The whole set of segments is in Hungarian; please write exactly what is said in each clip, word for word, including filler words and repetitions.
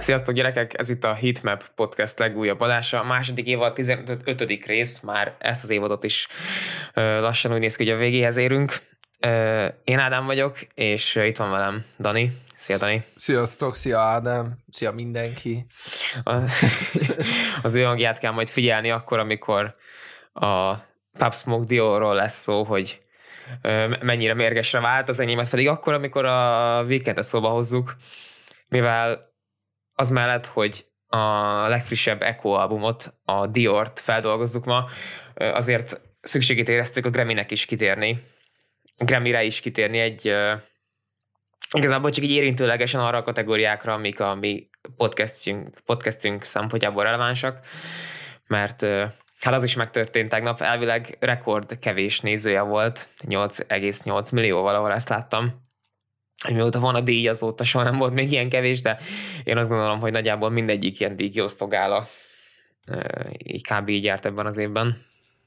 Sziasztok gyerekek, ez itt a Heatmap Podcast legújabb adása. A második évad tizenötödik rész, már ezt az évadot is lassan úgy néz ki, hogy a végéhez érünk. Én Ádám vagyok, és itt van velem Dani. Szia Dani! Sziasztok, szia Ádám! Szia mindenki! Az ő hangját kell majd figyelni akkor, amikor a Pop Smoke Dióról lesz szó, hogy mennyire mérgesre vált, az enyémet pedig akkor, amikor a Weekendet szóba hozzuk, mivel az mellett, hogy a legfrissebb Echo albumot, a Diort feldolgozzuk ma, azért szükségét éreztük a Grammy-nek is kitérni. Grammy-re is kitérni egy igazából csak így érintőlegesen arra a kategóriákra, amik a mi podcastünk, podcastünk szempontjából relevánsak, mert hát az is megtörtént tegnap, elvileg rekord kevés nézője volt, nyolc egész nyolc millió valahol, ezt láttam. Hogy mióta van a díj, azóta soha nem volt még ilyen kevés, de én azt gondolom, hogy nagyjából mindegyik ilyen díjkiosztó gála így kb. Így járt ebben az évben.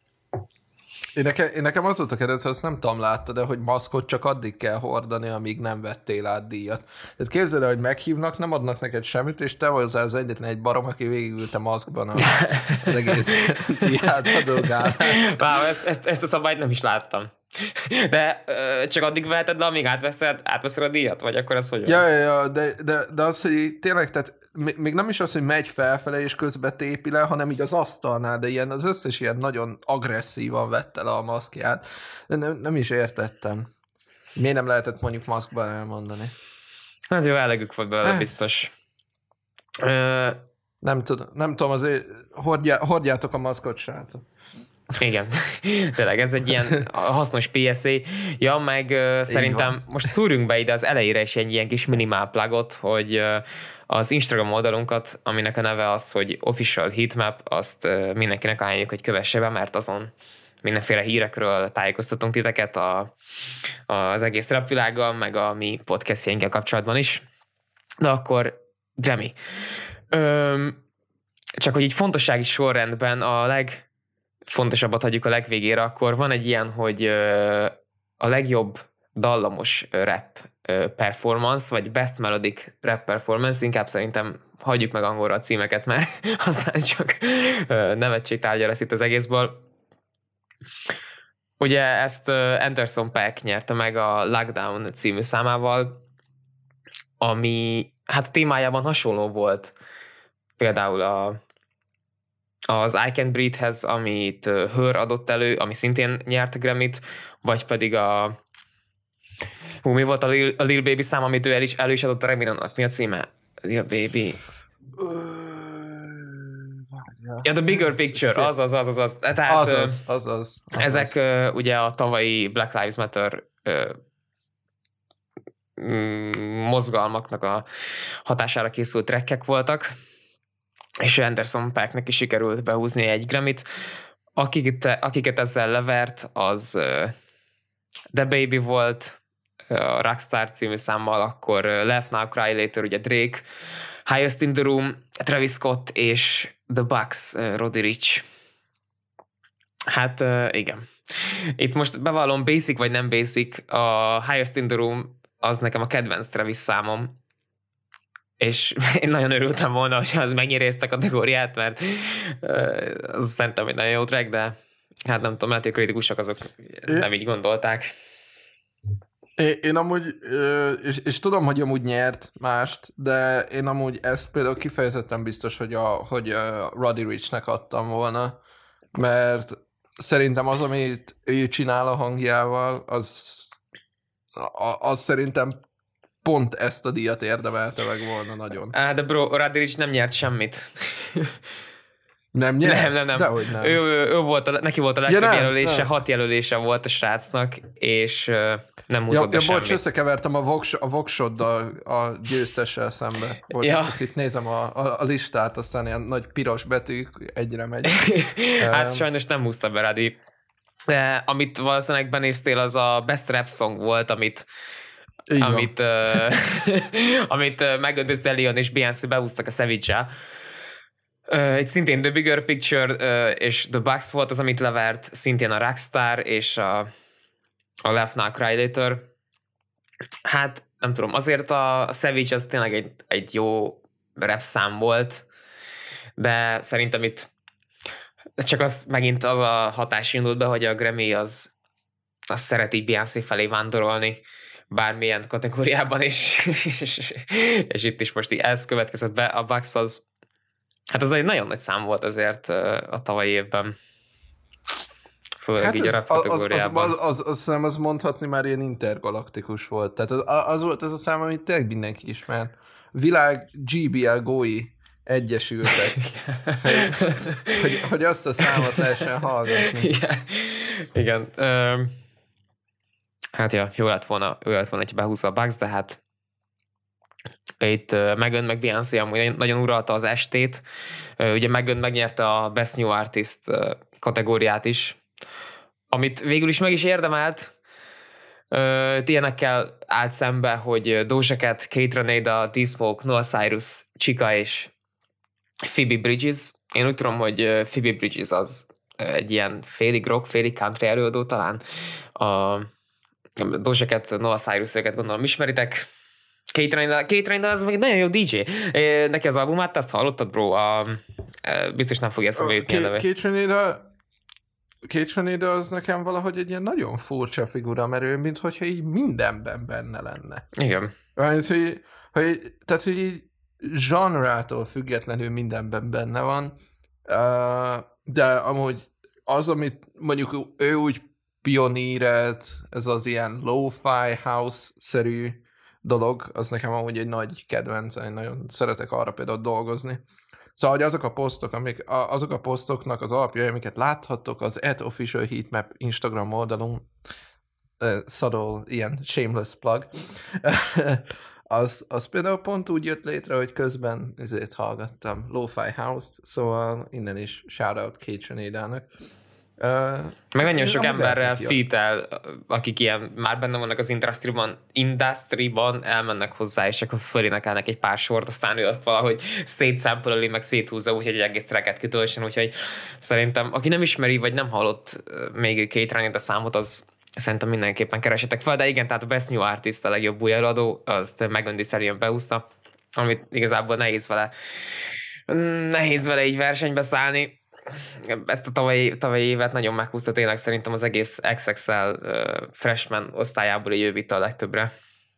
Én nekem, én nekem az volt a kérdés, azt nem tudom, látta, de hogy maszkot csak addig kell hordani, amíg nem vettél át díjat. Tehát képzeld el, hogy meghívnak, nem adnak neked semmit, és te vagy az egyetlen egy barom, aki végigült a maszkban az egész díjátadó gálát. Wow, ezt, ezt, ezt a szabályt nem is láttam. De ö, csak addig veheted le, amíg átveszed, átveszed a díjat? Vagy akkor ez hogy? Ja, ja, ja, de, de, de az, hogy tényleg, tehát még nem is az, hogy megy felfele és közben tépi le, hanem így az asztalnál, de ilyen, az összes ilyen nagyon agresszívan vette le a maszkját. De nem, nem is értettem. Miért nem lehetett mondjuk maszkban elmondani? Hát jó, elegük volt belőle, biztos. Ö... Nem tudom, nem tudom, azért hordjá, hordjátok a maszkot, srácok. Igen, tényleg ez egy ilyen hasznos pé es á. Ja, meg uh, szerintem most szúrjunk be ide az elejére is egy ilyen kis minimál plugot, hogy uh, az Instagram oldalunkat, aminek a neve az, hogy Official Heatmap, azt uh, mindenkinek ajánljuk, hogy kövesse be, mert azon mindenféle hírekről tájékoztatunk titeket a, az egész rapvilággal, meg a mi podcastjainkkel kapcsolatban is. De akkor Grammy. Öm, csak hogy így fontossági sorrendben a leg fontosabbat hagyjuk a legvégére, akkor van egy ilyen, hogy a legjobb dallamos rap performance, vagy best melodic rap performance, inkább szerintem hagyjuk meg angolra a címeket, mert aztán csak nevetségtárgya lesz itt az egészből. Ugye ezt Anderson .Paak nyerte meg a Lockdown című számával, ami hát témájában hasonló volt például a az I Can't Breathe-hez, amit Her adott elő, ami szintén nyert Grammy-t, vagy pedig a hú, mi volt a Lil, a Lil Baby szám, amit ő el is, elő is adott a Remingtonnak. Mi a címe? Lil Baby. Ja, The Bigger Picture, az, az, az, az, az. Tehát, az, az, az, az, az, ezek az. Uh, ugye a tavalyi Black Lives Matter uh, mozgalmaknak a hatására készült trackek voltak, és Anderson .Paaknek is sikerült behúzni egy Grammy-t. Akiket, akiket ezzel levert, az uh, The Baby volt, a Rockstar című számmal, akkor uh, Laugh Now Cry Later, ugye Drake, Highest in the Room, Travis Scott és The Bucks, uh, Roddy Ricch. Hát uh, igen. Itt most bevallom, basic vagy nem basic, a Highest in the Room az nekem a kedvenc Travis számom, és én nagyon örültem volna, hogy az megnyeri ezt a kategóriát, mert uh, az szerintem egy nagyon jó track, de hát nem tudom, lehet, hogy a kritikusok azok én, nem így gondolták. Én, én amúgy, és, és tudom, hogy amúgy nyert mást, de én amúgy ezt például kifejezetten biztos, hogy a, hogy a Roddy Ricchnek adtam volna, mert szerintem az, amit ő csinál a hangjával, az, az szerintem pont ezt a díjat érdemelte meg volna nagyon. Á, de bro, Roddy Ricch nem nyert semmit. Nem nyert? Nem, nem, nem. Dehogy nem. Ő, ő, ő volt a, neki volt a legtöbb ja, nem, jelölése, nem. hat jelölése volt a srácnak, és uh, nem húzott ja, be ja, bocs, semmit. összekevertem a, Vox, a Voxoddal a győztessel szembe. Bocs, ja. Itt nézem a, a, a listát, aztán ilyen nagy piros betűk egyre megy. Hát um, sajnos nem húzta be Roddy. De amit valószínűleg benéztél, az a Best Rap Song volt, amit amit, uh, amit uh, Megan Thee Stallion és Beyoncé behúztak a Savage-el. Uh, itt szintén The Bigger Picture uh, és The Bucks volt az, amit levert, szintén a Rockstar és a, a Laugh Now Cry Later. Hát nem tudom, azért a Savage az tényleg egy, egy jó rap szám volt, de szerintem itt csak az megint az a hatás indult be, hogy a Grammy az, az szereti Beyoncé felé vándorolni bármilyen kategóriában, és, és, és, és itt is most így ez következett be. A Bucks az, hát az egy nagyon nagy szám volt azért a tavalyi évben. Főleg hát így a rap kategóriában. Az, az, az, az, az, az mondhatni már ilyen intergalaktikus volt. Tehát az, az volt ez a szám, amit tényleg mindenki ismer. Világ gé bé el gói egyesültek. hogy, hogy, hogy azt a számot lehessen hallgatni. Igen. Igen. Um, hát ja, jó lett volna, jó lett volna, hogy behúzza a Bucks, de hát itt uh, Megan meg Beyoncé amúgy nagyon uralta az estét. Uh, ugye Megan megnyerte a Best New Artist uh, kategóriát is, amit végül is meg is érdemelt. Uh, ilyenekkel állt szembe, hogy Doja Cat, Kate Renada, D-Smoke, Noah Cyrus, Chika és Phoebe Bridges. Én úgy tudom, hogy Phoebe Bridges az egy ilyen félig rock, félig country előadó talán. A Doja Cat, Noah Cyrus, őket gondolom ismeritek. Kate Renada, Kate Renada az meg nagyon jó dé dzsé. Neki az albumát, te azt hallottad, bro? A, biztos nem fogja eszembe jutni a neve. Kate Renada Kate Renada az nekem valahogy egy ilyen nagyon furcsa figura, mert ő minthogyha így mindenben benne lenne. Igen. Hát, hogy, hogy, tehát, hogy így zsanrától függetlenül mindenben benne van, de amúgy az, amit mondjuk ő úgy pionírelt, ez az ilyen lo-fi house-szerű dolog, az nekem amúgy egy nagy kedvenc, én nagyon szeretek arra például dolgozni. Szóval, hogy azok a posztok, amik, azok a posztoknak az alapjai, amiket láthattok az at official heatmap Instagram oldalon, uh, subtle, ilyen shameless plug, az, az például pont úgy jött létre, hogy közben ezért hallgattam Lo-Fi House-t, szóval innen is shoutout Kate Renadának. Uh, Meg nagyon sok emberrel feat-el, akik ilyen már benne vannak az industry-ban, industry-ban elmennek hozzá, és akkor fölénekelnek egy pár sort, aztán ő azt valahogy szétszámpolali, meg széthúzza, úgyhogy egy egész tracket kitöltsön, úgyhogy szerintem, aki nem ismeri, vagy nem hallott még Kate Renada számot, az szerintem mindenképpen keresetek fel, de igen, tehát a Best New Artist, a legjobb új előadó, azt Megan Thee Stallion behúzta, amit igazából nehéz vele nehéz vele így versenybe szállni. Ezt a tavalyi, tavalyi évet nagyon meghúzta tényleg, szerintem az egész iksz iksz el uh, freshman osztályából így ő vitte a legtöbbre.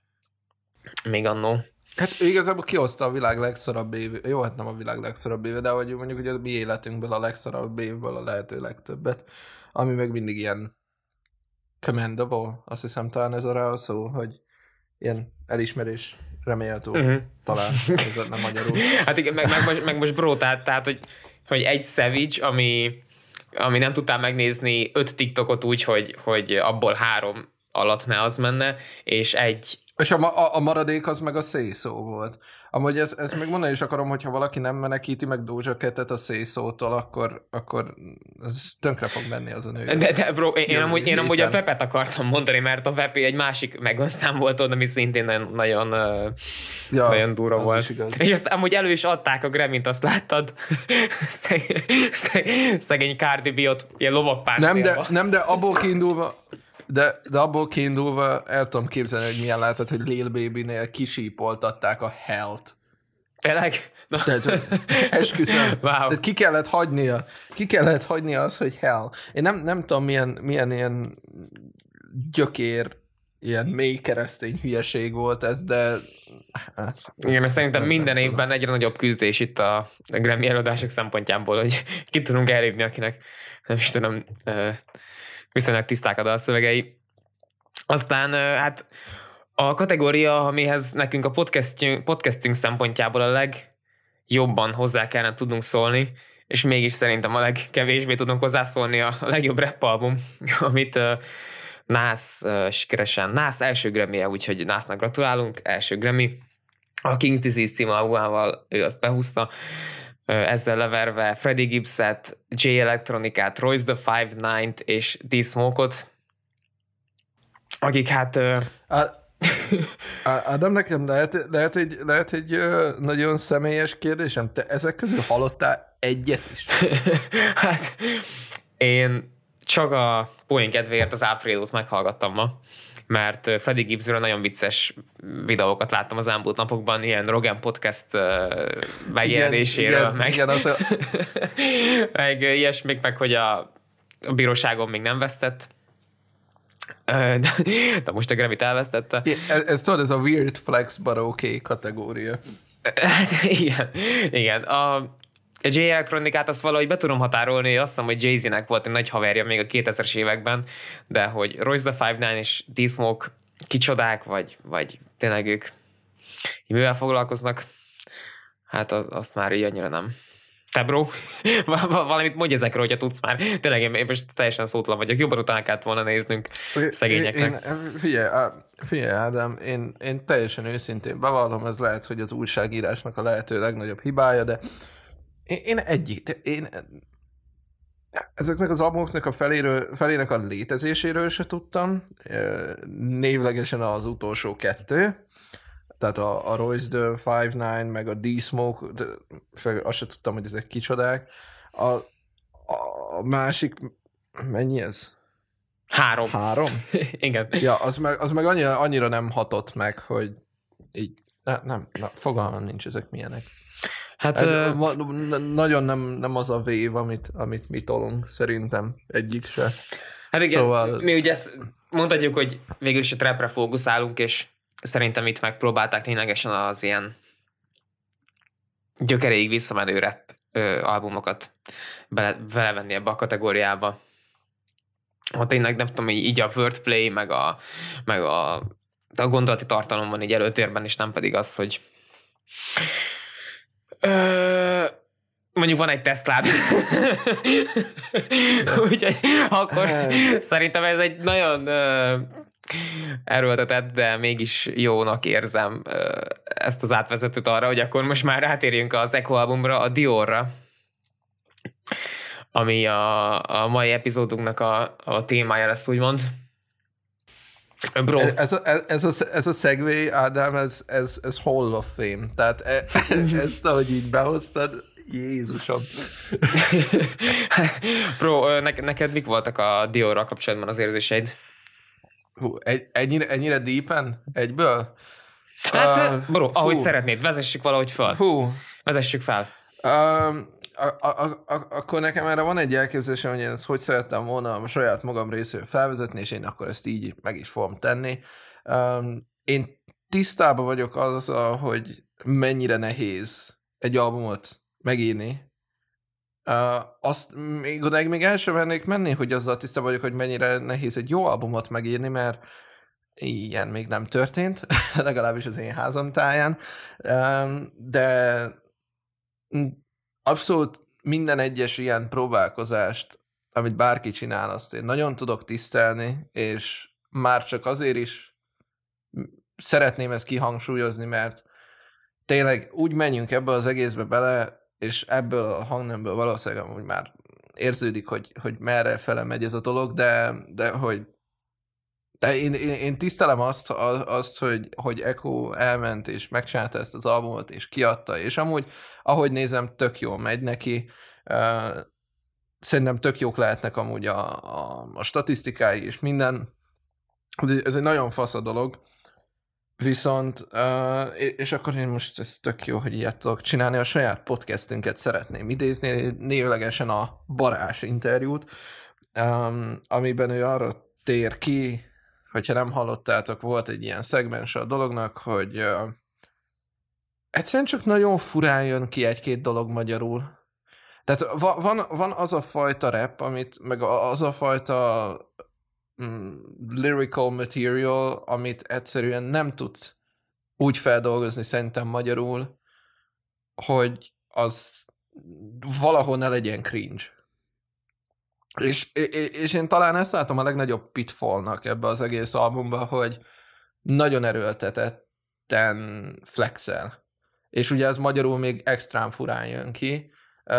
Még annó. Hát igazából kihozta a világ legszorabb év. Jó, hát nem a világ legszorabb éve, de hogy mondjuk ugye a mi életünkből a legszorabb évből a lehető legtöbbet. Ami meg mindig ilyen commendable, azt hiszem talán ez arra a szó, hogy ilyen elismerés remélhető uh-huh. talán, ez nem magyarul. Hát igen, meg, meg, most, meg most bro, tehát, tehát hogy, hogy egy Savage, ami, ami nem tudtál megnézni öt TikTokot úgy, hogy, hogy abból három alatt ne az menne, és egy... És a, a, a maradék az meg a say so volt. Amúgy ezt, ezt még mondani is akarom, hogyha valaki nem menekíti meg Doja Cat-et a say so-tól, akkor, akkor ez tönkre fog menni az a nő. De, de bro, én, én, amúgy, én amúgy a Vepet akartam mondani, mert a Vep egy másik megszám volt ott, ami szintén nagyon, nagyon, ja, nagyon durva volt. És azt amúgy elő is adták a Grammy-t, azt láttad? Szegény, szegény Cardi B-ot ilyen lovakpáncélba. Nem, de, nem, de abból kiindulva... De, de abból kiindulva el tudom képzelni, hogy milyen lehetett, hogy Lil Baby-nél kisípoltatták a Hell-t. Tényleg? No. Tehát, esküszöm. Wow. Tehát ki kellett hagynia, ki kellett hagynia az, hogy Hell. Én nem, nem tudom, milyen, milyen ilyen gyökér, ilyen mély keresztény hülyeség volt ez, de... Hát, igen, mert szerintem nem, minden nem évben tudom. Egyre nagyobb küzdés itt a Grammy előadások szempontjából, hogy ki tudunk elérni, akinek nem is tudom... Uh, viszonylag tiszták a dalszövegei. Aztán hát a kategória, amihez nekünk a podcasting, podcasting szempontjából a legjobban hozzá kellene tudnunk szólni, és mégis szerintem a legkevésbé tudunk hozzászólni a legjobb rap album, amit uh, nász uh, sikeresen, nász első Grammy-je, úgyhogy násznak gratulálunk, első Grammy. A King's Disease című albumával ő azt behúzta, ezzel leverve Freddie Gibbs-et, Jay Electronicát, Royce the Five Nine-t és D-Smoke-ot, akik hát... Uh... Ádám, nekem lehet, lehet, egy, lehet egy uh, nagyon személyes kérdésem. Te ezek közül hallottál egyet is? Hát én csak a poén kedvéért az Alfredót meghallgattam ma, mert Freddie Gibbsről nagyon vicces videókat láttam az elmúlt napokban, ilyen Rogan Podcast megjelenéséről, igen, meg, igen, az a... meg ilyesmik, meg hogy a, a bíróságon még nem vesztett. De, de most a Grammy-t elvesztette. Ez, ez tudod, ez a weird flex but okay kategória. Hát igen, igen. A A J Electronicát azt valahogy be tudom határolni, azt hiszem, hogy Jay-Z-nek volt egy nagy haverja még a kétezres években, de hogy Royce the Five Nine és D-Smoke kicsodák, vagy, vagy tényleg ők mivel foglalkoznak, hát az, azt már így annyira nem. Te bro, valamit mondj ezekről, hogyha tudsz már. Tényleg én, én most teljesen szótlan vagyok, jobban utána kellett volna néznünk szegényeknek. Én, én, figyelj, figyelj Ádám, én, én teljesen őszintén bevallom, ez lehet, hogy az újságírásnak a lehető legnagyobb hibája, de Én, én egyik, én ezeknek az albumoknak a feléről, felének a létezéséről se tudtam, névlegesen az utolsó kettő, tehát a, a Royce the Five Nine, meg a D-Smoke, azt se tudtam, hogy ezek kicsodák. A, a másik, mennyi ez? Három. Három? Igen. Ja, az meg, az meg annyira, annyira nem hatott meg, hogy így, ne, nem, na, fogalmam nincs, ezek milyenek. Hát, hát uh, nagyon nem, nem az a vév, amit, amit mi tolunk, szerintem egyik se. Hát igen, szóval... mi ugye ezt mondhatjuk, hogy végül is a trapre fókuszálunk, és szerintem itt megpróbálták ténylegesen az ilyen gyökeréig visszamenő rap ö, albumokat bele, belevenni ebbe a kategóriába. Ha tényleg nem tudom, hogy így a wordplay, meg a, meg a, a gondolati tartalom van így előtérben, és nem pedig az, hogy Ö, mondjuk van egy Teslád. Úgyhogy akkor szerintem ez egy nagyon ö, erőltetett, de mégis jónak érzem ö, ezt az átvezetőt arra, hogy akkor most már rátérjünk az Echo albumra, a Diorra, ami a, a mai epizódunknak a, a témája lesz, úgymond. Bro. Ez, a, ez, a, ez a segway, Ádám, ez, ez, ez Hall of Fame. Tehát e, ezt, ahogy így behoztad, Jézusom. Bro, ne, neked mik voltak a Diorral kapcsolatban az érzéseid? Hú, egy, ennyire, ennyire deepen? Egyből? Hát, uh, bro, ahogy fú. szeretnéd, vezessük valahogy fel. Hú. Vezessük fel. Um, A, a, a, akkor nekem erre van egy elképzelésem, hogy én ezt hogy szerettem volna a saját magam részéről felvezetni, és én akkor ezt így meg is fogom tenni. Um, én tisztában vagyok azzal, hogy mennyire nehéz egy albumot megírni. Uh, azt még odáig még el sem mennék menni, hogy azzal tisztában vagyok, hogy mennyire nehéz egy jó albumot megírni, mert ilyen még nem történt, legalábbis az én házam táján. Um, de abszolút minden egyes ilyen próbálkozást, amit bárki csinál, azt én nagyon tudok tisztelni, és már csak azért is szeretném ezt kihangsúlyozni, mert tényleg úgy menjünk ebbe az egészbe bele, és ebből a hangnemből valószínűleg amúgy már érződik, hogy, hogy merre fele megy ez a dolog, de, de hogy de én, én, én tisztelem azt, azt hogy, hogy Echo elment, és megcsinálta ezt az albumot, és kiadta, és amúgy, ahogy nézem, tök jól megy neki. Uh, szerintem tök jók lehetnek amúgy a, a, a statisztikái, és minden. Ez egy nagyon fasz a dolog. Viszont, uh, és akkor én most ez tök jó, hogy ilyet tudok csinálni, a saját podcastünket szeretném idézni, névlegesen a Barás interjút, um, amiben ő arra tér ki, hogyha nem hallottátok, volt egy ilyen szegmens a dolognak, hogy uh, egyszerűen csak nagyon furán jön ki egy-két dolog magyarul. Tehát va- van, van az a fajta rap, amit, meg az a fajta mm, lyrical material, amit egyszerűen nem tudsz úgy feldolgozni szerintem magyarul, hogy az valahol ne legyen cringe. És, és én talán ezt látom a legnagyobb pitfallnak ebbe az egész albumba, hogy nagyon erőltetetten flexel. És ugye ez magyarul még extrán furán jön ki.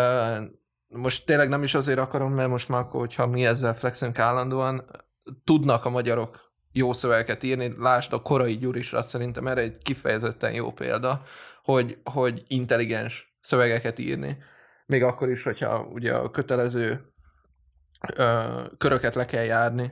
Most tényleg nem is azért akarom, mert most már akkor, hogyha mi ezzel flexünk állandóan, tudnak a magyarok jó szövegeket írni. Lásd a Korai Gyurisra, szerintem erre egy kifejezetten jó példa, hogy, hogy intelligens szövegeket írni. Még akkor is, hogyha ugye a kötelező ö, köröket le kell járni.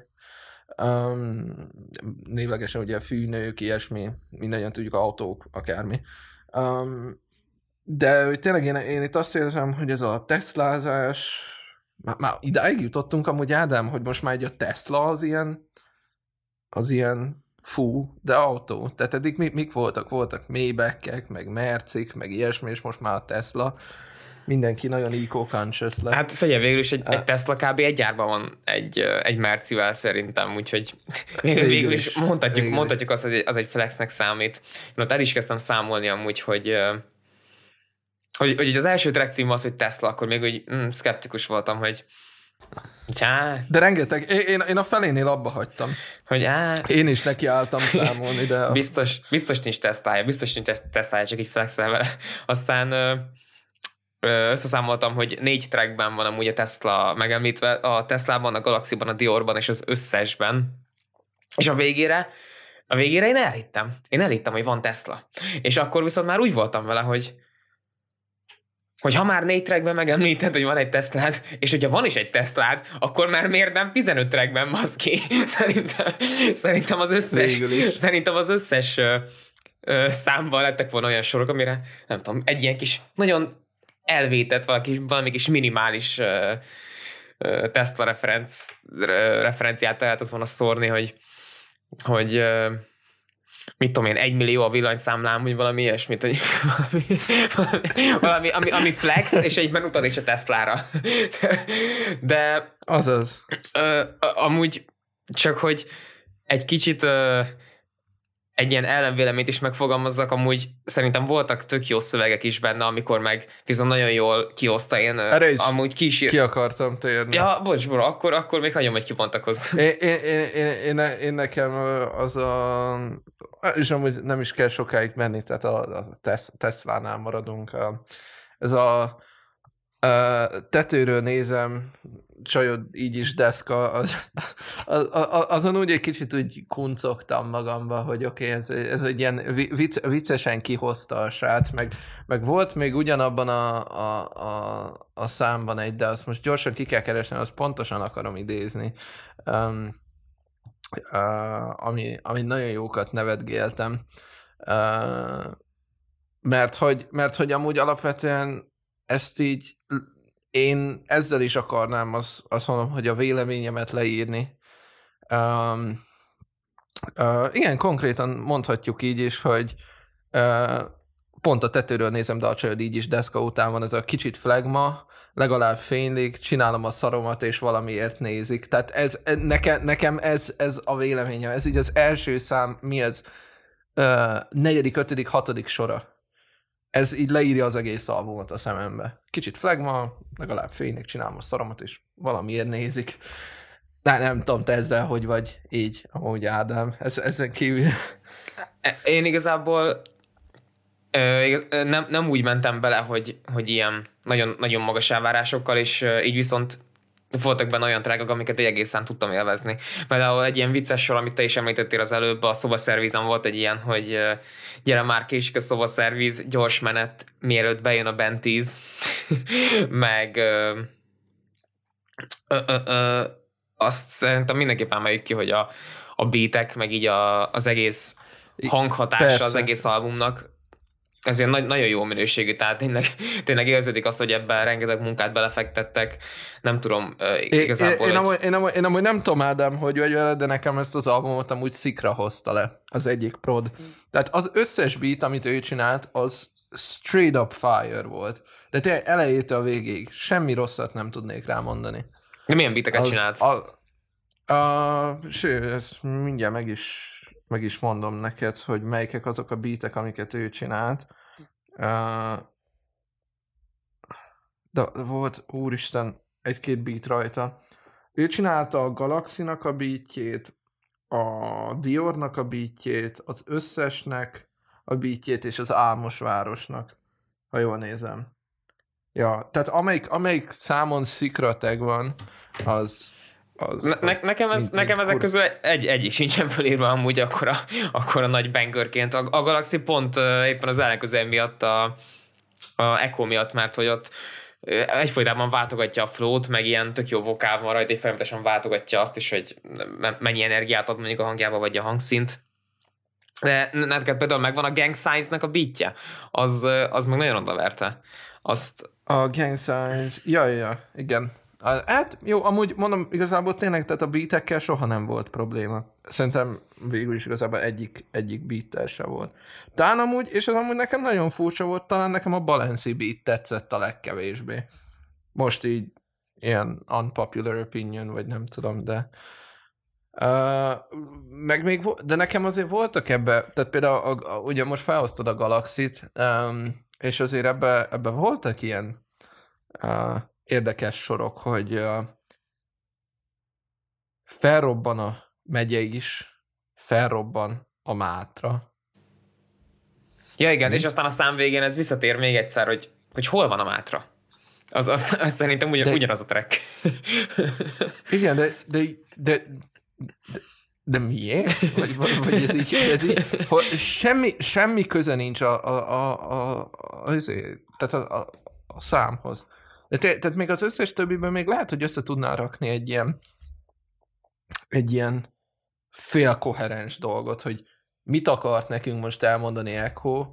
Um, névlegesen ugye fűnők, ilyesmi, mindannyian tudjuk, autók, akármi. Um, de hogy tényleg én, én itt azt érzem, hogy ez a teslázás, már, már idáig jutottunk amúgy, Ádám, hogy most már egy a Tesla az ilyen, az ilyen fú, de autó. Tehát eddig mi, mik voltak? Voltak Maybach-ek, meg Mercik, meg ilyesmi, és most már a Tesla. Mindenki nagyon eco-conscious lett. Hát figyelj, végül is egy, egy Tesla kb. Egy gyárban van egy, egy Mercivel szerintem, úgyhogy végül, végül is mondhatjuk, végül. mondhatjuk azt, hogy az egy flexnek számít. Én ott el is kezdtem számolni amúgy, hogy hogy, hogy az első track cím az, hogy Tesla, akkor még úgy mm, szkeptikus voltam, hogy Csá. De rengeteg, én, én a felénél abba hagytam. Hogy á... Én is neki álltam számolni, de... A... Biztos, biztos nincs Teslája, biztos nincs Teslája, csak így flexel vele. Aztán ö, ö, összeszámoltam, hogy négy trackben van amúgy a Tesla megemlítve, a Teslában, a Galaxyban, a Diorban és az összesben. És a végére, a végére én elhittem. Én elhittem, hogy van Tesla. És akkor viszont már úgy voltam vele, hogy hogy ha már négy trackben megemlíted, hogy van egy Teslád, és hogyha van is egy Teslád, akkor már miért nem tizenöt trackben, baszki? Szerintem, szerintem az összes, szerintem az összes ö, ö, számban lettek volna olyan sorok, amire nem tudom, egy ilyen kis, nagyon elvétett valaki, valami kis minimális ö, ö, Tesla referenc, ö, referenciát lehetett volna szórni, hogy, hogy ö, mit tudom én, egy millió a villanyszámlám, vagy valami ilyesmit, hogy valami, valami ami, ami flex, és egyben utalni a Teslára. De azaz. Ö, amúgy csak, hogy egy kicsit ö, egy ilyen ellenvéleményt is megfogalmazzak, amúgy szerintem voltak tök jó szövegek is benne, amikor meg viszont nagyon jól kihozta én. Erre is amúgy kísír... ki akartam térni. Ja, bocs, bro, akkor, akkor még hagyom, hogy kibontakozz. Én, én, én, én, én, én nekem az a... És amúgy nem is kell sokáig menni, tehát a, a Teslánál maradunk. A, ez a, a tetőről nézem, csajod így is deszka, az, az, az, azon úgy egy kicsit úgy kuncogtam magamba, hogy oké, okay, ez, ez egy ilyen vicc, viccesen kihozta a srác, meg, meg volt még ugyanabban a, a, a, a számban egy, de azt most gyorsan ki kell keresni, azt pontosan akarom idézni. Um, Uh, ami, ami nagyon jókat nevetgéltem. Uh, mert, hogy, mert hogy amúgy alapvetően ezt így én ezzel is akarnám azt, azt mondom, hogy a véleményemet leírni. Um, uh, igen, konkrétan mondhatjuk így is, hogy uh, pont a tetőről nézem, de a csajod így is deszka után van, ez a kicsit flagma, legalább fénylik, csinálom a szaromat, és valamiért nézik. Tehát ez, nekem, nekem ez, ez a véleményem. Ez így az első szám, mi ez? Uh, negyedik, ötödik, hatodik sora. Ez így leírja az egész albumot a szemembe. Kicsit flagma, legalább fénylik, csinálom a szaromat, és valamiért nézik. De nem tudom, te ezzel hogy vagy így, amúgy Ádám. Ez, ezen kívül... Én igazából Ö, igaz, nem, nem úgy mentem bele, hogy, hogy ilyen nagyon, nagyon magas elvárásokkal, és uh, így viszont voltak benne olyan trágak, amiket egy egészen tudtam élvezni. Például egy ilyen vicces sor, amit te is említettél az előbb, a szobaszervízen volt egy ilyen, hogy uh, gyere már, késik a szobaszervíz, gyors menet, mielőtt bejön a Ben tíz. Meg uh, ö, ö, ö, azt szerintem mindenképpen emeljük ki, hogy a, a beatek, meg így a, az egész hanghatása Persze. az egész albumnak ez ilyen nagyon jó minőségű, tehát tényleg, tényleg érződik azt, hogy ebben rengeteg munkát belefektettek. Nem tudom, uh, igazából... Én, én, amúgy, én, amúgy, én amúgy nem tudom, Ádám, hogy vagy vele, de nekem ezt az albumot amúgy szikra hozta le az egyik prod. Tehát az összes beat, amit ő csinált, az straight up fire volt. De tényleg elejétől a végéig semmi rosszat nem tudnék rámondani. De milyen beateket az, csinált? A, a, ső, ezt mindjárt meg is... meg is mondom neked, hogy melyikek azok a beatek, amiket ő csinált. Uh, de volt, úristen, egy-két beat rajta. Ő csinálta a Galaxy-nak a beatjét, a Diornak a beatjét, az összesnek a beatjét, és az Álmos Városnak, ha jól nézem. Ja, tehát amelyik, amelyik számon szikra tag van, az... Az, ne, az nekem ez, mint, nekem mint ezek kur... közül egy, egyik sincsen fölírva amúgy akkora, akkora nagy bangerként. A, a Galaxy pont uh, éppen az ellenkező miatt, a, a Echo miatt, mert hogy ott egyfolytában váltogatja a flow-t, meg ilyen tök jó vokál van rajta, és folyamatosan váltogatja azt is, hogy mennyi energiát ad mondjuk a hangjába, vagy a hangszint. De neked például megvan a Gang Signs-nak a beatje, az, az meg nagyon odaverte. Azt... A Gang Signs, ja, ja, igen. Hát jó, amúgy mondom, igazából tényleg, tehát a beatekkel soha nem volt probléma. Szerintem végül is igazából egyik, egyik beattel se volt. Talán amúgy, és az amúgy nekem nagyon furcsa volt, talán nekem a Balenci beat tetszett a legkevésbé. Most így ilyen unpopular opinion, vagy nem tudom, de... Uh, meg még vo- de nekem azért voltak ebbe, tehát például a, a, ugye most felosztod a Galaxy-t, um, és azért ebbe, ebbe voltak ilyen uh, érdekes sorok, hogy uh, felrobban a megye is, felrobban a Mátra. Ja igen, Mi? És aztán a szám végén ez visszatér még egyszer, hogy, hogy hol van a Mátra. Az, az, az szerintem ugyan, de, ugyanaz a track. Igen, de, de, de, de, de miért? Vagy, vagy ez így, ez így hogy semmi, semmi köze nincs a, a, a, a, a, tehát a, a, a számhoz. De te, tehát még az összes többiben még lehet, hogy össze tudnál rakni egy ilyen egy ilyen félkoherens dolgot, hogy mit akart nekünk most elmondani Echo,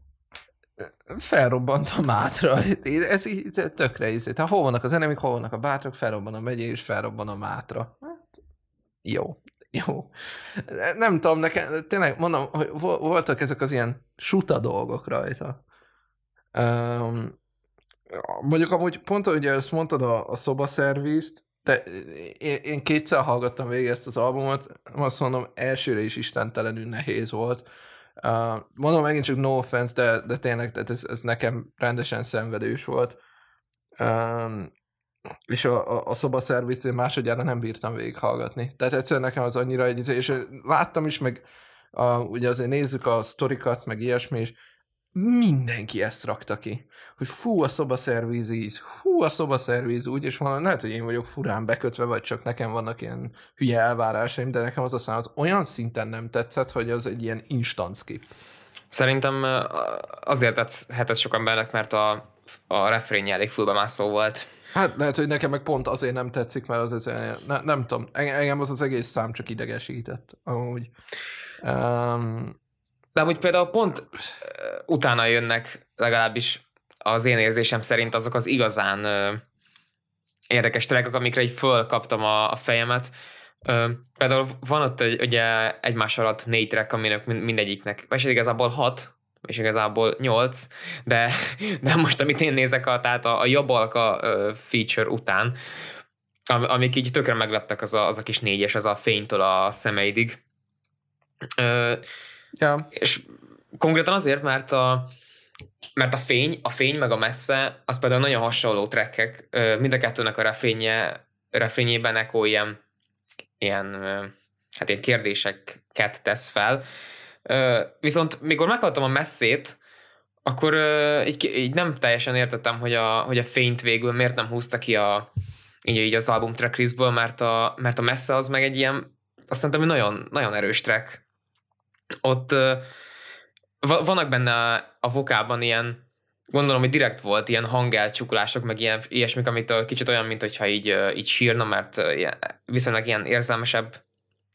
felrobbant a Mátra. Ez így tökre ízé. Tehát hol vannak az enemik, hol vannak a bátrak, felrobban a megye, és felrobban a Mátra. Hát, jó, jó. Nem tudom, nekem, tényleg mondom, hogy voltak ezek az ilyen suta dolgok rajta. Um, mondjuk amúgy pont, ugye ezt mondtad a, a szobaszervizt, de én, én kétszer hallgattam végig ezt az albumot, azt mondom, elsőre is istentelenül nehéz volt. Uh, mondom, megint csak no offense, de, de tényleg tehát ez, ez nekem rendesen szenvedős volt. Um, és a, a, a szobaszervizt én másodjára nem bírtam végighallgatni. Tehát egyszerűen nekem az annyira egy, és láttam is, meg a, ugye azért nézzük a sztorikat, meg ilyesmi, és mindenki ezt rakta ki. Hogy fú, a szobaszervíz íz, fú, a szobaszervíz úgy, és valami, lehet, hogy én vagyok furán bekötve, vagy csak nekem vannak ilyen hülye elvárásaim, de nekem az a szám az olyan szinten nem tetszett, hogy az egy ilyen instant skip. Szerintem azért tetszett ez sokan bennek, mert a, a refrénje elég fullbemászó volt. Hát lehet, hogy nekem meg pont azért nem tetszik, mert az ez, ne, nem tudom, engem az az egész szám csak idegesített. Amúgy. Um, De amúgy például pont utána jönnek, legalábbis az én érzésem szerint azok az igazán ö, érdekes trackok, amikre így fölkaptam a, a fejemet. Ö, például van ott egy, ugye egymás alatt négy track, aminek mindegyiknek, és igazából hat, és igazából nyolc, de, de most amit én nézek, a, tehát a, a Jabalka ö, feature után, am, amik így tökre megleptek, az a, az a kis négyes, az a fénytől a szemeidig. Ö, Ja. És konkrétan azért, mert a, mert a fény, a fény meg a messze, az például nagyon hasonló trackek. Mind a kettőnek a refrénye, refrényében Echo ilyen, ilyen, hát ilyen kérdéseket tesz fel. Viszont mikor meghallottam a messzét, akkor így, így nem teljesen értettem, hogy a, hogy a fényt végül miért nem húzta ki a, így, így az album tracklistből, mert a, mert a messze az meg egy ilyen, azt szerintem, hogy nagyon, nagyon erős track. Ott uh, vannak benne a, a vokálban ilyen, gondolom, hogy direkt volt ilyen hangelcsukulások, meg ilyen, ilyesmik, amitől kicsit olyan, mint hogyha így, uh, így sírna, mert uh, ilyen, viszonylag ilyen érzelmesebb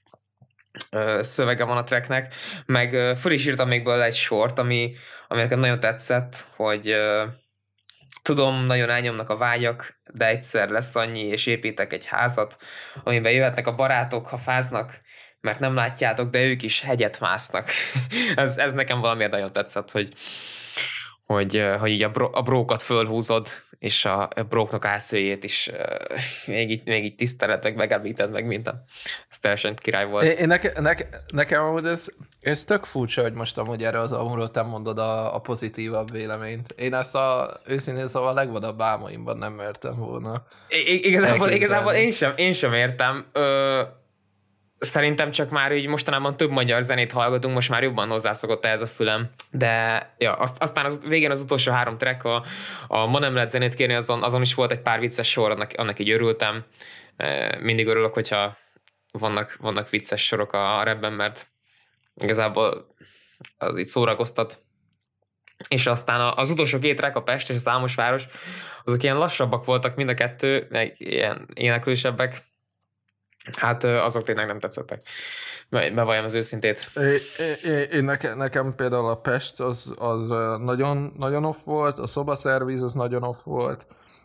uh, szövege van a tracknek, meg uh, föl is írtam még belőle egy sort, ami, ami nekem nagyon tetszett, hogy uh, tudom, nagyon elnyomnak a vágyak, de egyszer lesz annyi, és építek egy házat, amiben jöhetnek a barátok, ha fáznak, mert nem látjátok, de ők is hegyet másznak. ez, ez nekem valamiért nagyon tetszett, hogy, hogy, hogy így a, bro, a brókat fölhúzod, és a, a bróknak ászőjét is uh, még, így, még így tisztelet, meg megemlíted meg minden. Ez teljesen király volt. Én, én neke, neke, nekem amúgy ez, ez tök furcsa, hogy most amúgy erre az albumról te mondod a, a pozitívabb véleményt. Én ezt a őszintén szóval a legvadabb álmaimban nem mertem volna. I- igazából, igazából én sem, én sem értem. Ö, Szerintem csak már így mostanában több magyar zenét hallgatunk, most már jobban hozzászokott ehhez a fülem, de ja, azt, aztán az, végén az utolsó három track, a, a Ma nem lehet zenét kérni, azon, azon is volt egy pár vicces sor, annak, annak így örültem. Mindig örülök, hogyha vannak, vannak vicces sorok a, a rapben, mert igazából az így szórakoztat. és aztán az utolsó két track, a Pest és a Számos város, azok ilyen lassabbak voltak mind a kettő, meg ilyen éneklősebbek. Hát azok tényleg nem tetszettek. Bevalljam az őszintét. É, é, én nekem, nekem például a Pest az, az nagyon, nagyon off volt, a szobaszerviz az nagyon off volt,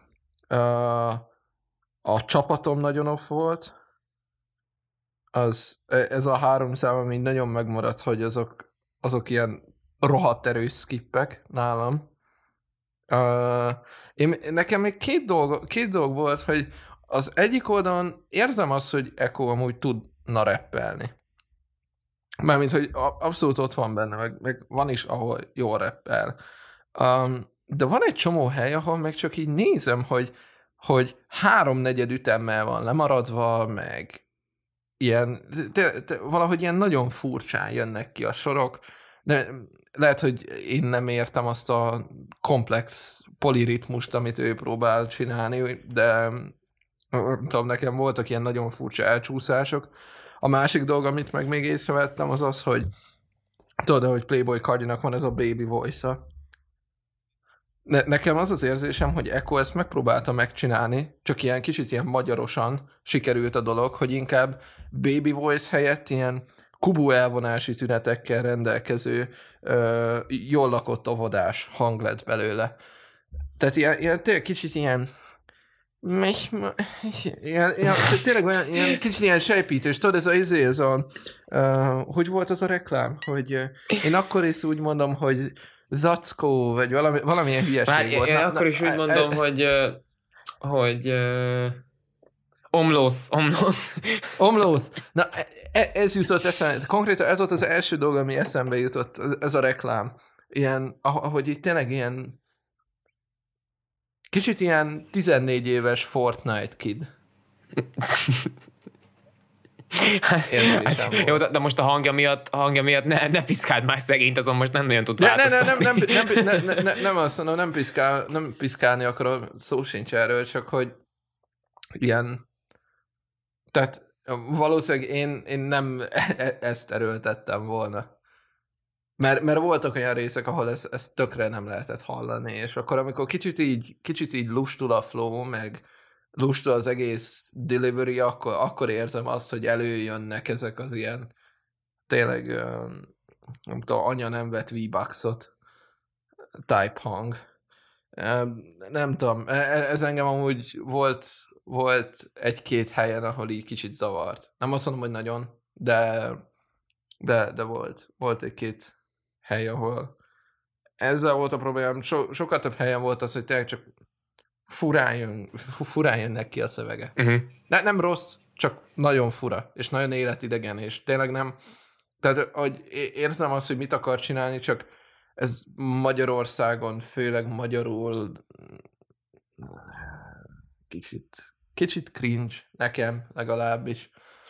a csapatom nagyon off volt, az, ez a három szám, ami nagyon megmaradt, hogy azok, azok ilyen rohadt erős skippek nálam. Uh, én, nekem még két dolog, két dolog volt, hogy az egyik oldalon érzem azt, hogy Echo amúgy tudna rappelni. Mármint, hogy abszolút ott van benne, meg, meg van is, ahol jól rappel. Um, de van egy csomó hely, ahol meg csak így nézem, hogy, hogy háromnegyed ütemmel van lemaradva, meg ilyen, de, de valahogy ilyen nagyon furcsán jönnek ki a sorok, de lehet, hogy én nem értem azt a komplex poliritmust, amit ő próbál csinálni, de nem tudom, nekem voltak ilyen nagyon furcsa elcsúszások. A másik dolog, amit meg még észrevettem, az az, hogy tudod, hogy Playboy Cardinak van ez a baby voice-a. Ne, nekem az az érzésem, hogy Echo ezt megpróbálta megcsinálni, csak ilyen kicsit ilyen magyarosan sikerült a dolog, hogy inkább baby voice helyett ilyen Kubu elvonási tünetekkel rendelkező ö, jól lakott óvodás hang lett belőle. Tehát ilyen, ilyen tényleg kicsit ilyen ilyen, ilyen tényleg olyan ilyen, kicsit ilyen sejpítős, tudod, ez a izé, ez a uh, hogy volt az a reklám? Hogy uh, én akkor is úgy mondom, hogy Zackó, vagy valami, valamilyen hülyeség Már volt. Én na, akkor na, is úgy mondom, e, hogy hogy uh, omlósz, omlósz. Omlósz. Na, ez jutott eszembe. Konkrétan ez volt az első dolog, ami eszembe jutott, ez a reklám. Ilyen, ahogy itt tényleg ilyen kicsit ilyen tizennégy éves Fortnite kid. Hát, hát, jó, de, de most a hangja miatt, a hangja miatt ne, ne piszkáld már szegényt, azon most nem nagyon tud ne, változtatni. Ne, nem, nem, nem, nem, nem, nem, nem azt mondom, nem, piszkál, nem piszkálni akarom, szó sincs erről, csak hogy ilyen, tehát valószínűleg én, én nem ezt erőltettem volna. Mert, mert voltak olyan részek, ahol ezt, ezt tökre nem lehetett hallani, és akkor amikor kicsit így, kicsit így lustul a flow, meg lustul az egész delivery, akkor, akkor érzem azt, hogy előjönnek ezek az ilyen tényleg, nem tudom, anya nem vett V-Bucksot type hang. Nem tudom, ez engem amúgy volt, volt egy-két helyen, ahol így kicsit zavart. Nem azt mondom, hogy nagyon, de, de, de volt, volt egy-két hely, ahol ezzel volt a problémám. So, sokkal több helyen volt az, hogy tényleg csak furán, jön, furán jönnek ki a szövege. Uh-huh. Ne, nem rossz, csak nagyon fura, és nagyon életidegen, és tényleg nem, tehát hogy érzem azt, hogy mit akar csinálni, csak ez Magyarországon, főleg magyarul kicsit, kicsit cringe, nekem legalábbis.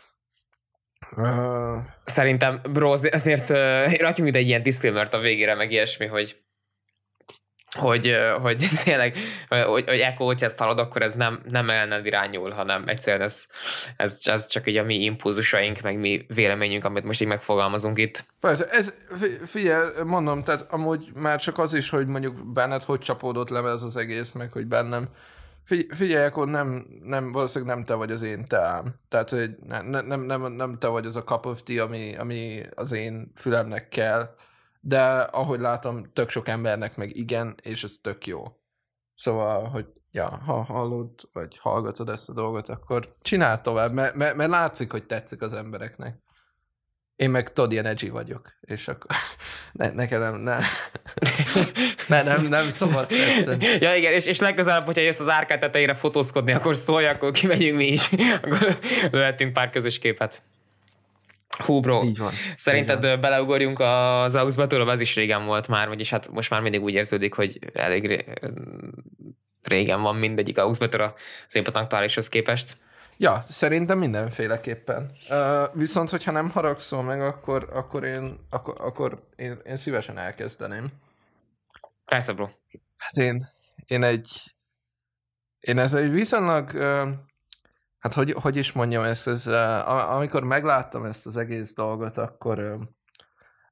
Uh... Szerintem, bro, azért uh, rakjunk ide egy ilyen disclaimert a végére, meg ilyesmi, hogy hogy, hogy tényleg, hogy, hogy Echo, hogyha ezt hallod, akkor ez nem, nem ellened irányul, hanem egyszerűen ez, ez, ez csak így a mi impulzusaink, meg mi véleményünk, amit most így megfogalmazunk itt. Persze, ez, figyelj, mondom, tehát amúgy már csak az is, hogy mondjuk benned hogy csapódott le ez az egész, meg hogy bennem. Figyelj, akkor nem, nem, valószínűleg nem te vagy az én teám. Tehát, hogy nem, nem, nem, nem te vagy az a cup of tea, ami, ami az én fülemnek kell, de ahogy látom, tök sok embernek meg igen, és ez tök jó. Szóval, hogy ja, ha hallod, vagy hallgatod ezt a dolgot, akkor csináld tovább, mert, mert, mert látszik, hogy tetszik az embereknek. Én meg tudod, ilyen edgy vagyok, és akkor ne, nekem nem, nem, ne, nem, nem szabad tetszeni. Ja igen, és, és legközelebb, hogyha jössz az árkád tetejére fotózkodni, akkor szólj, akkor kimegyünk mi is, akkor lőhetünk pár közös képet. Hú, bro, így van, szerinted így van. beleugorjunk az aux Battle-ba, ez is régen volt már, vagyis hát most már mindig úgy érződik, hogy elég ré... régen van mindegyik aux Battle az éppen aktuálishoz képest. Ja, szerintem mindenféleképpen. Uh, viszont, hogyha nem haragszol meg, akkor, akkor, én, akkor, akkor én, én szívesen elkezdeném. Persze, bro. Hát én, én egy én ez egy viszonylag uh, hát hogy, hogy is mondjam ezt, ez, uh, amikor megláttam ezt az egész dolgot, akkor uh,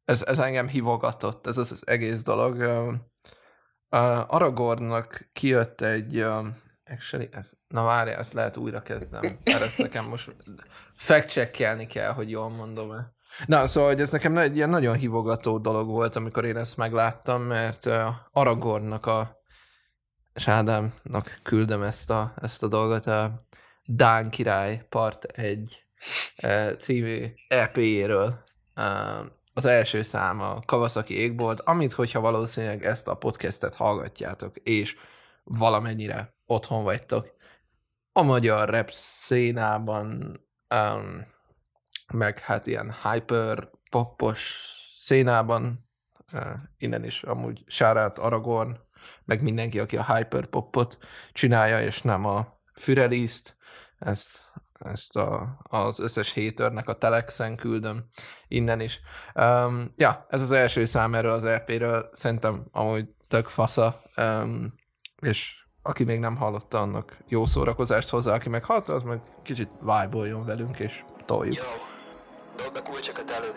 ez, ez engem hívogatott, ez az egész dolog. Uh, Aragornnak kijött egy, uh, actually, ez, na várjál, ezt lehet újra kezdem, mert ezt nekem most fact-checkelni kell, hogy jól mondom-e. Na, szóval, hogy ez nekem egy ilyen nagyon hívogató dolog volt, amikor én ezt megláttam, mert uh, Aragornnak a és Ádámnak küldöm ezt a, ezt a dolgot, a Dán király part egy uh, című é pé-jéről. Uh, az első szám a Kawasaki égbolt, amit, hogyha valószínűleg ezt a podcastet hallgatjátok, és valamennyire otthon vagytok, a magyar rap szénában, um, meg hát ilyen hyper-popos szénában, uh, innen is amúgy shout-out Aragorn, meg mindenki, aki a hyper-popot csinálja, és nem a Fürelist, ezt ezt a, az összes haternek a telexen küldöm innen is. Um, ja, ez az első szám erről az é pé-ről, szerintem amúgy tök fasza, um, és aki még nem hallotta, annak jó szórakozást hozzá, aki meg hallotta, az meg kicsit vibe-oljon velünk, és toljuk. Yo, dobd a kulcsokat előd.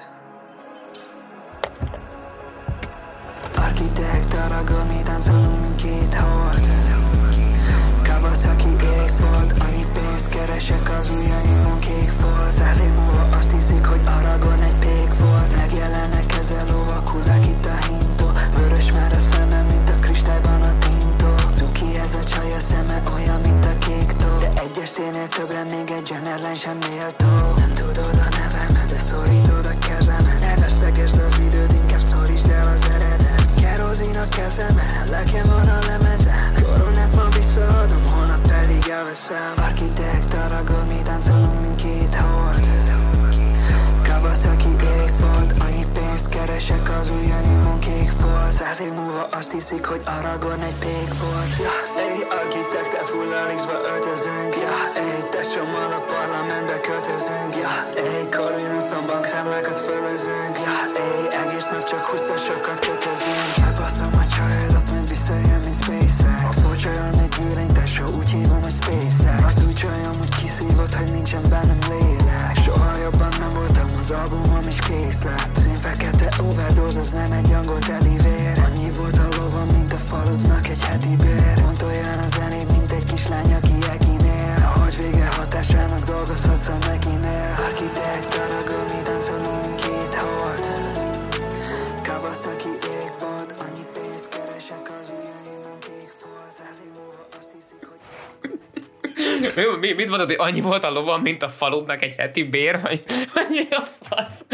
Architekt, Aragorn, mi táncolunk, mint két hord. Kawasaki égbolt, annyi pénzt keresek az ujjaimon kék folt. Száz év múlva azt hiszik, hogy Aragorn egy pék volt. Megjelennek ezer lovak, hullák itt a hintó. Vörös már a szemem, mint a kristályban a tintó. Cuki ez a csaj, a szeme olyan, mint a kék tó. De egy esténél többre még egy zsenerlány sem méltó. Nem tudod a nevemet, de szorítod a kezemet. Ne vesztegesd az időd, inkább szorítsd el az eredet. Kerozin a kezemen, lelkem van a lemezen. Koronát ma visszaadom, holnap pedig elveszem. Architekt, Aragorn, mi táncolunk, mint két hord. Kawasaki égbolt, annyi pénzt keresek az ujjaimon kék folt. Száz év múlva azt hiszik, hogy Aragorn egy pék volt. Ja, ey, architekt, te full Alixba öltözünk. Ja, ey, testsommal a parlamentbe költözünk. Ja, ey, Corvinuson bankszámlákat fölözünk. Ja, ey, egész nap csak húszasokat kötözünk. Elbasszom a csajodat, mert visszajön, mint SpaceX. A polcsajon egy élény tesó, úgy hívom, hogy SpaceX. Azt úgy csajom, hogy kiszívott, hogy nincsen bennem lélek. Soha jobban nem voltam, az albumom is kész lett. Színfekete overdose, az nem egy angol telivér. Annyi volt a lovam, mint a faludnak egy heti bér. Pont olyan a zenéd, mint egy kislány, aki ekinél. Ahogy vége hatásának dolgozhatsz a Meginél. Architekt, Aragorn, mi táncolunk, két hold. Kawasaki égbolt, annyi pénzt keresek az ujjaimon kék folt. Száz év múlva azt hiszik, hogy... Mi, mit mondod, hogy annyi volt a lovam, mint a faludnak egy heti bér? Vagy annyi a fasz?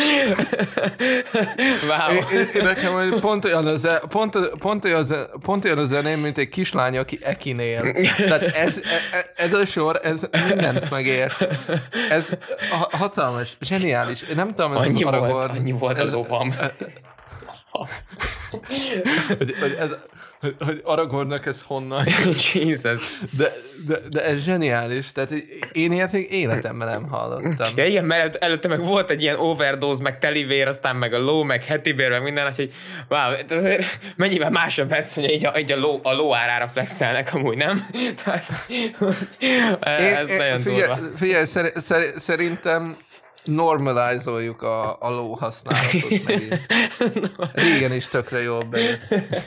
Wow. Én, én, nekem pont olyan a, ze, pont, pont olyan, ze, pont olyan a zeném, mint egy kislány, aki ekinél. Tehát ez, ez a sor, ez mindent megért. Ez hatalmas, zseniális. Én nem tudom, ez annyi az Aragorn. Volt, annyi volt ez, a lovam. A fasz. Hogy, hogy, ez, hogy Aragornnak ez honnan? Jesus. De, de, de ez zseniális. Tehát én ilyet még életemben nem hallottam. Ja, igen, mert előtte meg volt egy ilyen overdose, meg telivér, aztán meg a ló, meg hetibér, meg minden, az, hogy wow, ez mennyivel másabb ez, hogy így a, így a, ló, a ló árára flexelnek amúgy, nem? Tehát, ez én, nagyon figyelj, durva. Figyelj, szer, szer, szerintem normalizoljuk a, a ló használatot megint. Régen is tökre jól bejött.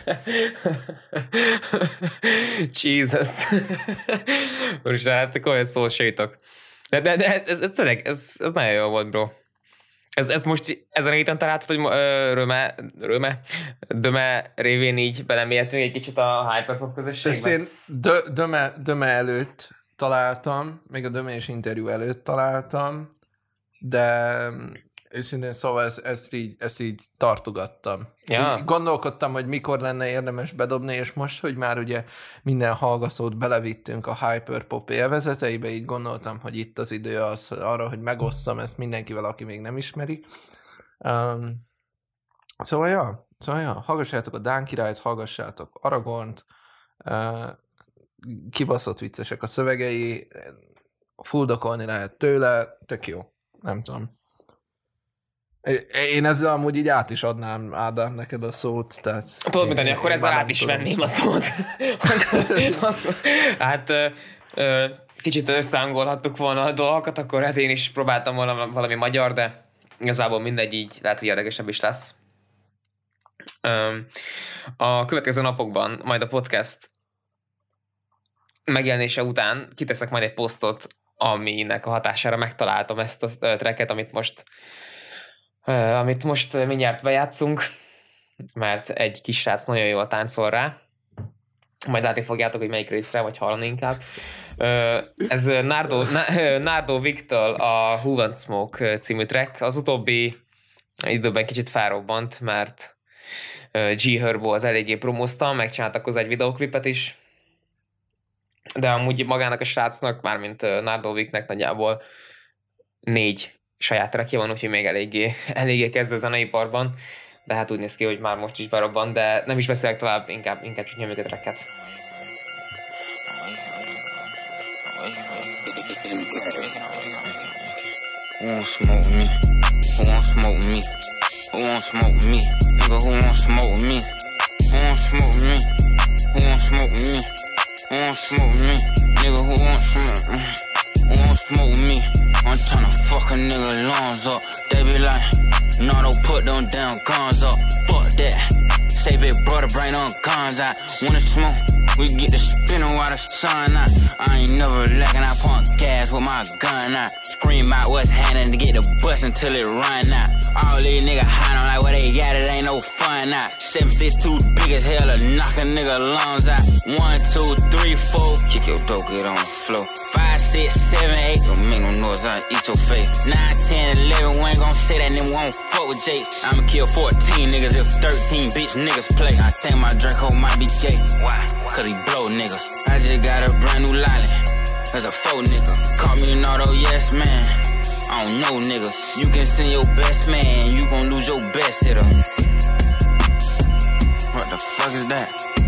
Jesus. Úristen, hát olyan szó se jutok. De, de, de ez, ez tényleg, ez, ez nagyon jó volt, bro. Ez, ez most ezen a héten találtad, hogy Röme, Röme, Döme révén így belemélyedtünk egy kicsit a hyperpop közösségbe? Ezt én dö, döme, döme előtt találtam, még a Dömés interjú előtt találtam, de őszintén szóval ezt, ezt, így, ezt így tartogattam. Ja. Így gondolkodtam, hogy mikor lenne érdemes bedobni, és most, hogy már ugye minden hallgatót belevittünk a hyperpop élvezeteibe, így gondoltam, hogy itt az idő az arra, hogy megosszam ezt mindenkivel, aki még nem ismeri. Um, szóval ja, szóval ja, hallgassátok a Dán királyt, hallgassátok Aragornt, uh, kibaszott viccesek a szövegei, fuldokolni lehet tőle, tök jó. Nem tudom. Én ezzel amúgy így át is adnám, Ádám, neked a szót, tehát... Tudod mit tenni, akkor ezzel át is venném a szót. Hát kicsit összehangolhattuk volna a dolgokat, akkor hát én is próbáltam volna valami magyar, de igazából mindegy, így lehet, hogy érdekesebb is lesz. A következő napokban, majd a podcast megjelenése után kiteszek majd egy posztot, aminek a hatására megtaláltam ezt a tracket, amit most amit most mindjárt bejátszunk, mert egy kis srác nagyon jól táncol rá. Majd látni fogjátok, hogy melyik részre, vagy hallani inkább. Ez Nardo, Nardo Vic-től a Who Want Smoke című track. Az utóbbi időben kicsit felrobbant, mert G Herbo az eléggé promózta, megcsináltak hozzá egy videoklipet is. De amúgy magának a srácnak, mármint Nardo Vic-nek nagyjából négy saját trackje van, úgyhogy még eléggé, eléggé kezdő a zeneiparban. De hát úgy néz ki, hogy már most is berobban, de nem is beszélek tovább, inkább, inkább csak nyomjuk a tracket. Who won't smoke with me? Who won't smoke with me? Who won't smoke with me? Nigga, who won't smoke with me? Who won't smoke with me? Who won't smoke with me? Who won't smoke with me? Nigga, who won't smoke with me? Who won't smoke with me? I'm tryna fuck a nigga lungs up. They be like, no, don't put them damn guns up. Fuck that. Say big brother, bring them guns out. When it's smoke, we get the spinning while the sun out. I ain't never lacking, I pump gas with my gun out. Scream out what's happening to get the bus until it run out. All these niggas hide on like what they got, it ain't no fun out. seven six too big as hell to knock a nigga lungs out. one, two, three, four, kick your dope, get on the floor. five, six, seven, eight, don't make no noise, I'll eat your face. nine, ten, eleven, we ain't gon' say that, then we won't fuck with Jake. I'ma kill fourteen niggas if thirteen bitch niggas play. I think my Draco might be gay. Why? Cause he blow niggas. I just got a brand new lolly. That's a faux nigga. Call me an auto, yes man. I don't know niggas. You can send your best man, you gon' lose your best hitter. What the fuck is that?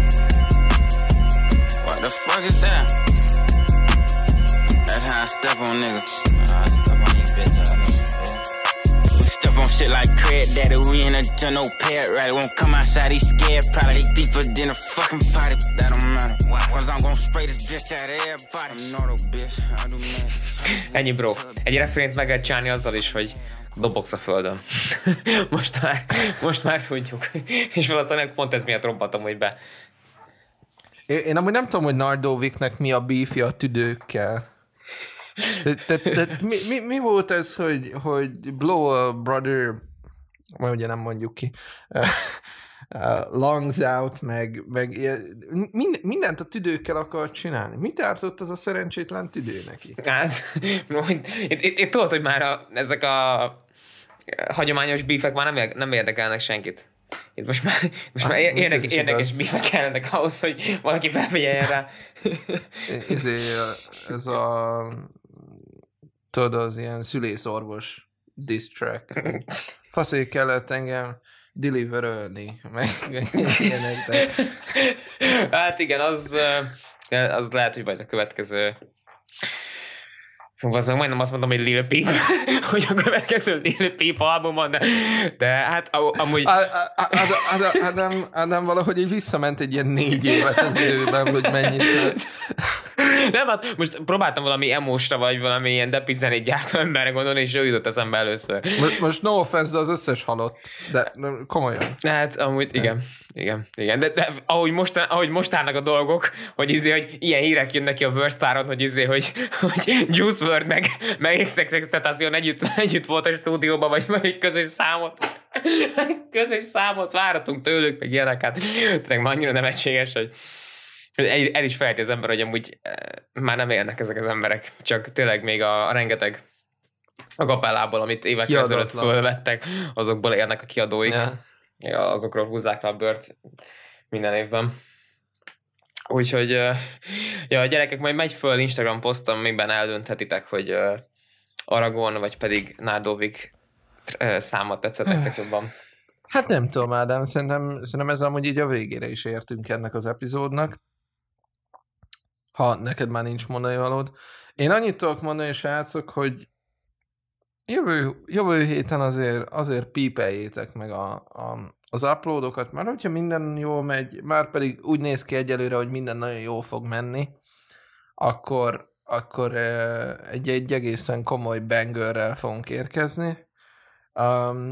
What the fuck is that? That's how I step on niggas. I step on these bitches, nigga. We step on shit like Craig Daddy. We in a general pet rally. Won't come outside, he's scared. Probably deeper than a fucking potty. That don't matter. Cause I'm gon' spray this bitch out of everybody. I'm not a bitch. I do man. Ennyi bro. Egy refrént meg lehet csinálni azzal is, hogy dobogsz a földön. most már, most már tudjuk. És valószínűleg pont ez miatt robbantam, hogy be. Én, én amúgy nem tudom, hogy Nardo Vic-nek mi a beefja a tüdőkkel. Te, te, te, mi, mi, mi volt ez, hogy, hogy Blow a Brother, majd ugye nem mondjuk ki, uh, uh, Lungs Out, meg, meg mind, mindent a tüdőkkel akar csinálni. Mit ártott az a szerencsétlen tüdő neki? Hát, itt, itt, itt tudod, hogy már a, ezek a hagyományos beefek már nem, nem érdekelnek senkit. Itt most már, most ah, már érdek, érdekes beefek kellenek ahhoz, hogy valaki felfigyeljen rá. Ezé, ez a tudod, az ilyen szülészorvos diss track. Faszék kellett engem deliverölni, meg ilyenek, de... Hát igen, az, az lehet, hogy majd a következő... Az meg majdnem azt mondom, hogy Lil Peep, hogy a következő Lil Peep albumon, de, de hát amúgy... Adam, Adam, Adam valahogy így visszament egy ilyen négy évet az időben, hogy mennyit... Nem, hát most próbáltam valami emósra, vagy valami ilyen depi zenét gyártó emberre gondolni, és ő jutott eszembe először. Most, most no offense, de az összes halott, de komolyan. Hát amúgy igen, igen, igen, de, de ahogy, most, ahogy most állnak a dolgok, hogy izé, hogy ilyen hírek jönnek ki a Wordstar-on, hogy izé, hogy, hogy Juice world meg, meg iksz iksz iksz Tentacion együtt, együtt volt a stúdióban, vagy egy közös számot, közös számot váratunk tőlük, meg ilyenek, hát tényleg annyira nevetséges, hogy El, el is felejti az ember, hogy amúgy már nem élnek ezek az emberek, csak tényleg még a, a rengeteg agapellából, amit évek ezelőtt fölvettek, azokból élnek a kiadóik. Ja. Ja, azokról húzzák le a bört minden évben. Úgyhogy ja, a gyerekek, majd megy föl Instagram posztom, amiben eldönthetitek, hogy Aragon, vagy pedig Nardo Vic számot tetszett nektek jobban. Hát nem tudom, Ádám, szerintem, szerintem ez amúgy így a végére is értünk ennek az epizódnak. Ha neked már nincs mondani valód. Én annyit tudok mondani, srácok, hogy jövő, jövő héten azért, azért pípeljétek meg a, a, az uploadokat, mert hogyha minden jól megy, már pedig úgy néz ki egyelőre, hogy minden nagyon jól fog menni, akkor, akkor egy, egy egészen komoly bangerrel fogunk érkezni. Um,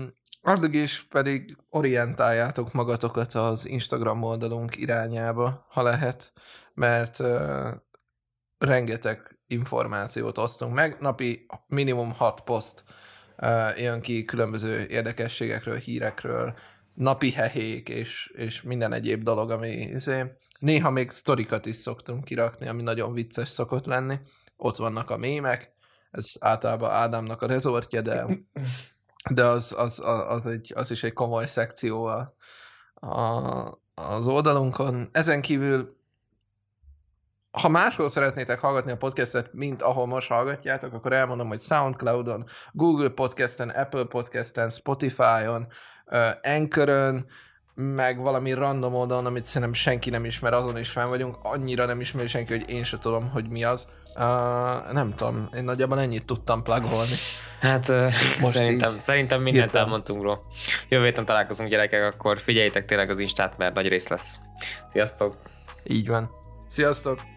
Addig is pedig orientáljátok magatokat az Instagram oldalunk irányába, ha lehet, mert uh, rengeteg információt osztunk meg. Napi minimum hat poszt uh, jön ki különböző érdekességekről, hírekről, napi hehék és, és minden egyéb dolog, ami izé. Néha még sztorikat is szoktunk kirakni, ami nagyon vicces szokott lenni. Ott vannak a mémek, ez általában Ádámnak a rezortja, de, de az, az, az, az, egy, az is egy komoly szekció a, a, az oldalunkon. Ezen kívül, ha máshol szeretnétek hallgatni a podcastet, mint ahol most hallgatjátok, akkor elmondom, hogy Soundcloudon, Google Podcasten, Apple Podcasten, Spotify-on, uh, Anchor-ön, meg valami random oldalon, amit szerintem senki nem ismer, azon is fenn vagyunk, annyira nem ismeri senki, hogy én se tudom, hogy mi az. Uh, nem tudom, én nagyjából ennyit tudtam plugolni. Hát uh, szerintem, szerintem mindent hirtelen elmondtunk róla. Jövő héten találkozunk, gyerekek, akkor figyeljétek tényleg az Instát, mert nagy rész lesz. Sziasztok! Így van. Sziasztok!